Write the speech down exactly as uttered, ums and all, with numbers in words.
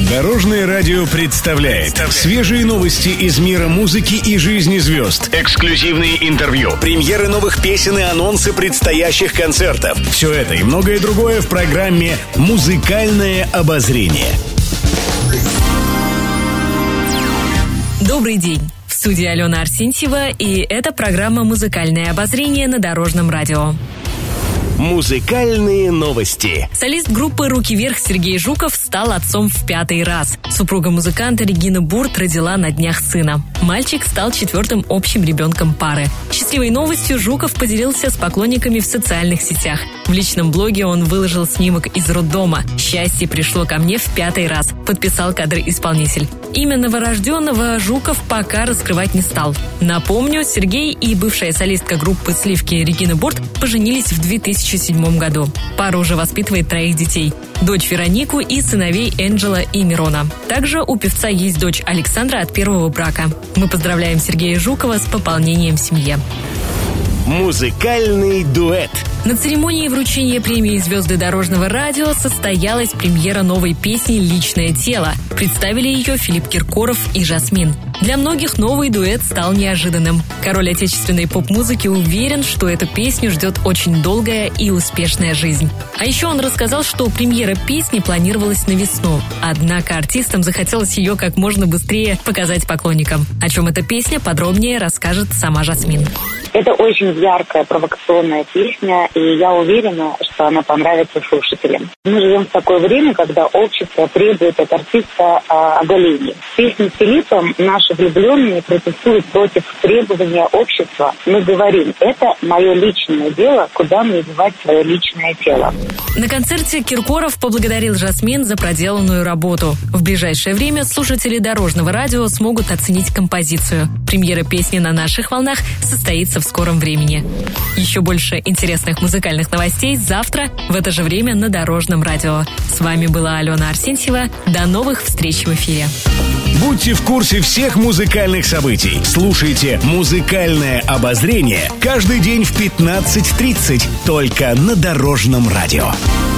Дорожное радио представляет свежие новости из мира музыки и жизни звезд, эксклюзивные интервью, премьеры новых песен и анонсы предстоящих концертов. Все это и многое другое в программе «Музыкальное обозрение». Добрый день. В студии Алена Арсентьева, и это программа «Музыкальное обозрение» на Дорожном радио. Музыкальные новости. Солист группы «Руки вверх» Сергей Жуков стал отцом в пятый раз. Супруга музыканта Регина Бурт родила на днях сына. Мальчик стал четвертым общим ребенком пары. Счастливой новостью Жуков поделился с поклонниками в социальных сетях. В личном блоге он выложил снимок из роддома. «Счастье пришло ко мне в пятый раз», — подписал кадр исполнитель. Имя новорожденного Жуков пока раскрывать не стал. Напомню, Сергей и бывшая солистка группы «Сливки» Регина Бурт поженились в две тысячи седьмом году. Пара уже воспитывает троих детей. Дочь Веронику и сыновей Энджела и Мирона. Также у певца есть дочь Александра от первого брака. Мы поздравляем Сергея Жукова с пополнением в семье. Музыкальный дуэт. На церемонии вручения премии «Звезды дорожного радио» состоялась премьера новой песни «Личное тело». Представили ее Филипп Киркоров и Жасмин. Для многих новый дуэт стал неожиданным. Король отечественной поп-музыки уверен, что эту песню ждет очень долгая и успешная жизнь. А еще он рассказал, что премьера песни планировалась на весну. Однако артистам захотелось ее как можно быстрее показать поклонникам. О чем эта песня, подробнее расскажет сама Жасмин. Это очень яркая, провокационная песня, и я уверена, что она понравится слушателям. Мы живем в такое время, когда общество требует от артиста а, оголения. В песне с Филиппом наши влюбленные протестуют против требования общества. Мы говорим, это мое личное дело, куда мне девать свое личное тело. На концерте Киркоров поблагодарил Жасмин за проделанную работу. В ближайшее время слушатели Дорожного радио смогут оценить композицию. Премьера песни на наших волнах состоится в скором времени. Еще больше интересных музыкальных новостей завтра в это же время на Дорожном радио. С вами была Алена Арсентьева. До новых встреч в эфире. Будьте в курсе всех музыкальных событий. Слушайте «Музыкальное обозрение» каждый день в пятнадцать тридцать только на Дорожном радио.